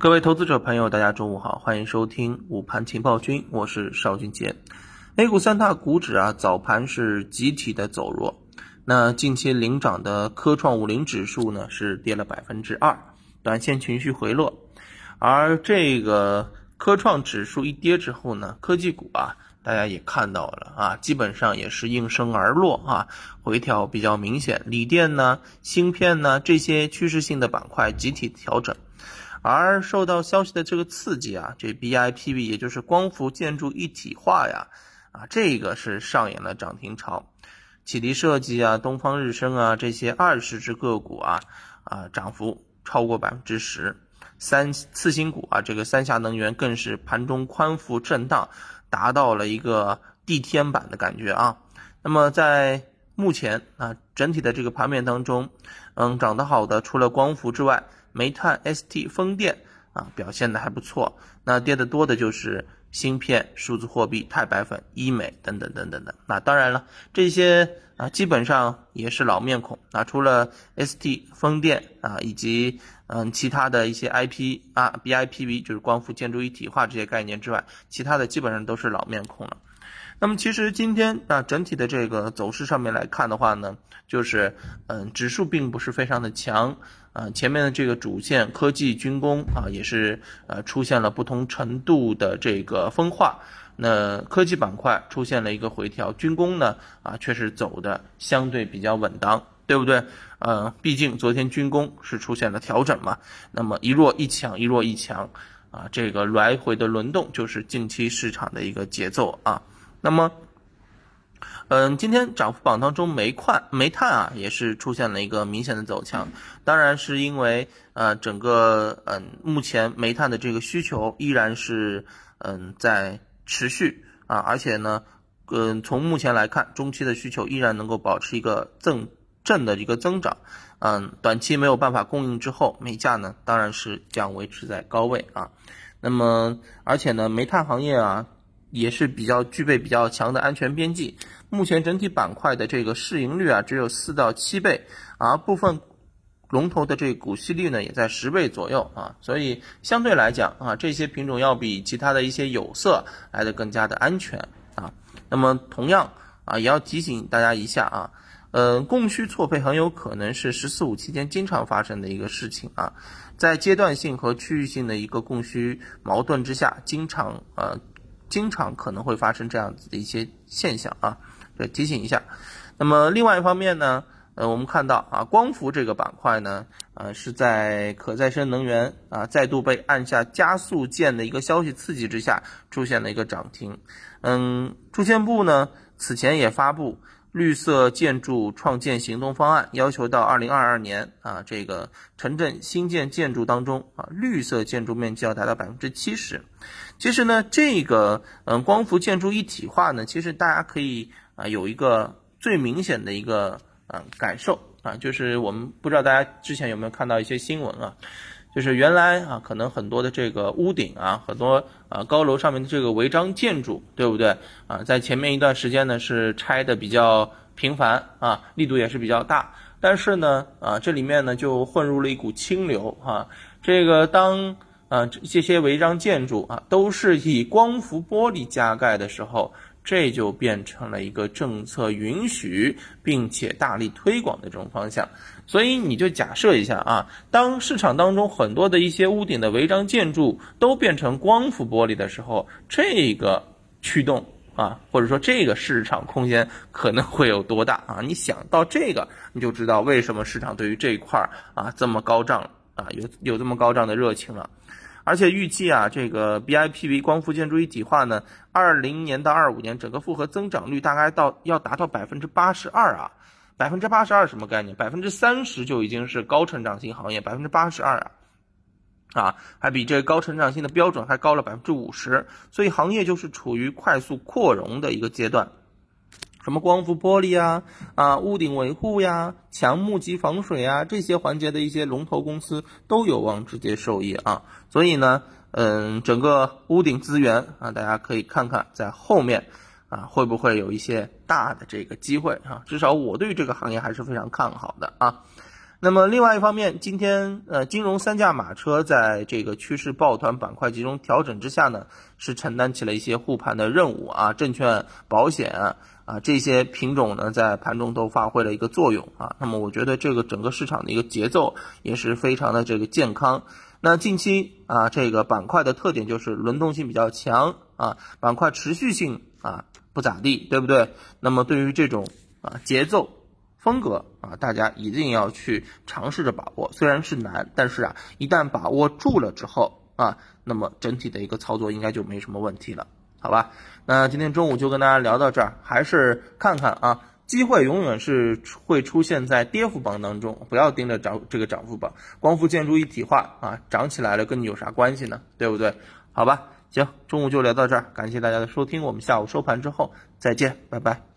各位投资者朋友，大家中午好，欢迎收听午盘情报君，我是邵俊杰。A 股三大股指早盘是集体的走弱。那近期领涨的科创50指数呢是跌了 2%， 短线情绪回落。而这个科创指数一跌之后呢，科技股大家也看到了基本上也是应声而落回调比较明显，锂电呢、芯片呢这些趋势性的板块集体调整。而受到消息的这个刺激这 BIPV 也就是光伏建筑一体化这个是上演了涨停潮。启迪设计东方日升这些20只个股涨幅超过 10%。次新股这个三峡能源更是盘中宽幅震荡，达到了一个地天板的感觉那么在目前整体的这个盘面当中，涨得好的除了光伏之外，煤炭、ST、风电表现的还不错。那跌得多的就是芯片、数字货币、钛白粉、医美等等等等的。那当然了，这些基本上也是老面孔除了 ST、风电以及其他的一些 BIPV 就是光伏建筑一体化这些概念之外，其他的基本上都是老面孔了。那么其实今天整体的这个走势上面来看的话呢，就是指数并不是非常的强前面的这个主线科技军工也是出现了不同程度的这个分化。那科技板块出现了一个回调，军工呢确实走的相对比较稳当，对不对？毕竟昨天军工是出现了调整嘛，那么一弱一强，一弱一强这个来回的轮动就是近期市场的一个节奏那么今天涨幅榜当中煤炭也是出现了一个明显的走强，当然是因为整个目前煤炭的这个需求依然是在持续而且呢从目前来看，中期的需求依然能够保持一个正的一个增长短期没有办法供应之后，煤价呢当然是将维持在高位那么而且呢煤炭行业也是具备比较强的安全边际。目前整体板块的这个市盈率只有4到7倍部分龙头的这个股息率呢也在10倍左右所以相对来讲这些品种要比其他的一些有色来的更加的安全那么同样也要提醒大家一下供需错配很有可能是14-15期间经常发生的一个事情在阶段性和区域性的一个供需矛盾之下，经常可能会发生这样子的一些现象这提醒一下。那么另外一方面呢我们看到光伏这个板块呢是在可再生能源再度被按下加速键的一个消息刺激之下出现了一个涨停。住建部呢此前也发布绿色建筑创建行动方案，要求到2022年这个城镇新建建筑当中绿色建筑面积要达到 70%。 其实呢这个光伏建筑一体化呢，其实大家可以有一个最明显的一个感受就是我们不知道大家之前有没有看到一些新闻就是原来可能很多的这个屋顶很多高楼上面的这个违章建筑，对不对在前面一段时间呢是拆的比较频繁力度也是比较大，但是呢这里面呢就混入了一股清流这个当这些违章建筑都是以光伏玻璃加盖的时候，这就变成了一个政策允许并且大力推广的这种方向。所以你就假设一下当市场当中很多的一些屋顶的违章建筑都变成光伏玻璃的时候，这个驱动或者说这个市场空间可能会有多大你想到这个，你就知道为什么市场对于这一块这么高涨有这么高涨的热情了。而且预计这个 BIPV 光伏建筑一体化呢，20年到25年整个复合增长率大概要达到 82%%82什么概念？ 30% 就已经是高成长型行业， 82%还比这个高成长性的标准还高了 50%， 所以行业就是处于快速扩容的一个阶段。什么光伏玻璃屋顶维护强木级防水这些环节的一些龙头公司都有望直接受益所以呢整个屋顶资源大家可以看看在后面会不会有一些大的这个机会至少我对这个行业还是非常看好的那么另外一方面，今天金融三驾马车在这个趋势抱团板块集中调整之下呢，是承担起了一些护盘的任务啊，证券、保险啊这些品种呢在盘中都发挥了一个作用啊。那么我觉得这个整个市场的一个节奏也是非常的这个健康。那近期啊这个板块的特点就是轮动性比较强啊，板块持续性啊不咋地，对不对？那么对于这种节奏风格啊，大家一定要去尝试着把握，虽然是难，但是一旦把握住了之后那么整体的一个操作应该就没什么问题了，好吧？那今天中午就跟大家聊到这儿，还是看看机会永远是会出现在跌幅榜当中，不要盯着这个涨幅榜。光伏建筑一体化涨起来了跟你有啥关系呢？对不对？好吧，行，中午就聊到这儿，感谢大家的收听，我们下午收盘之后再见，拜拜。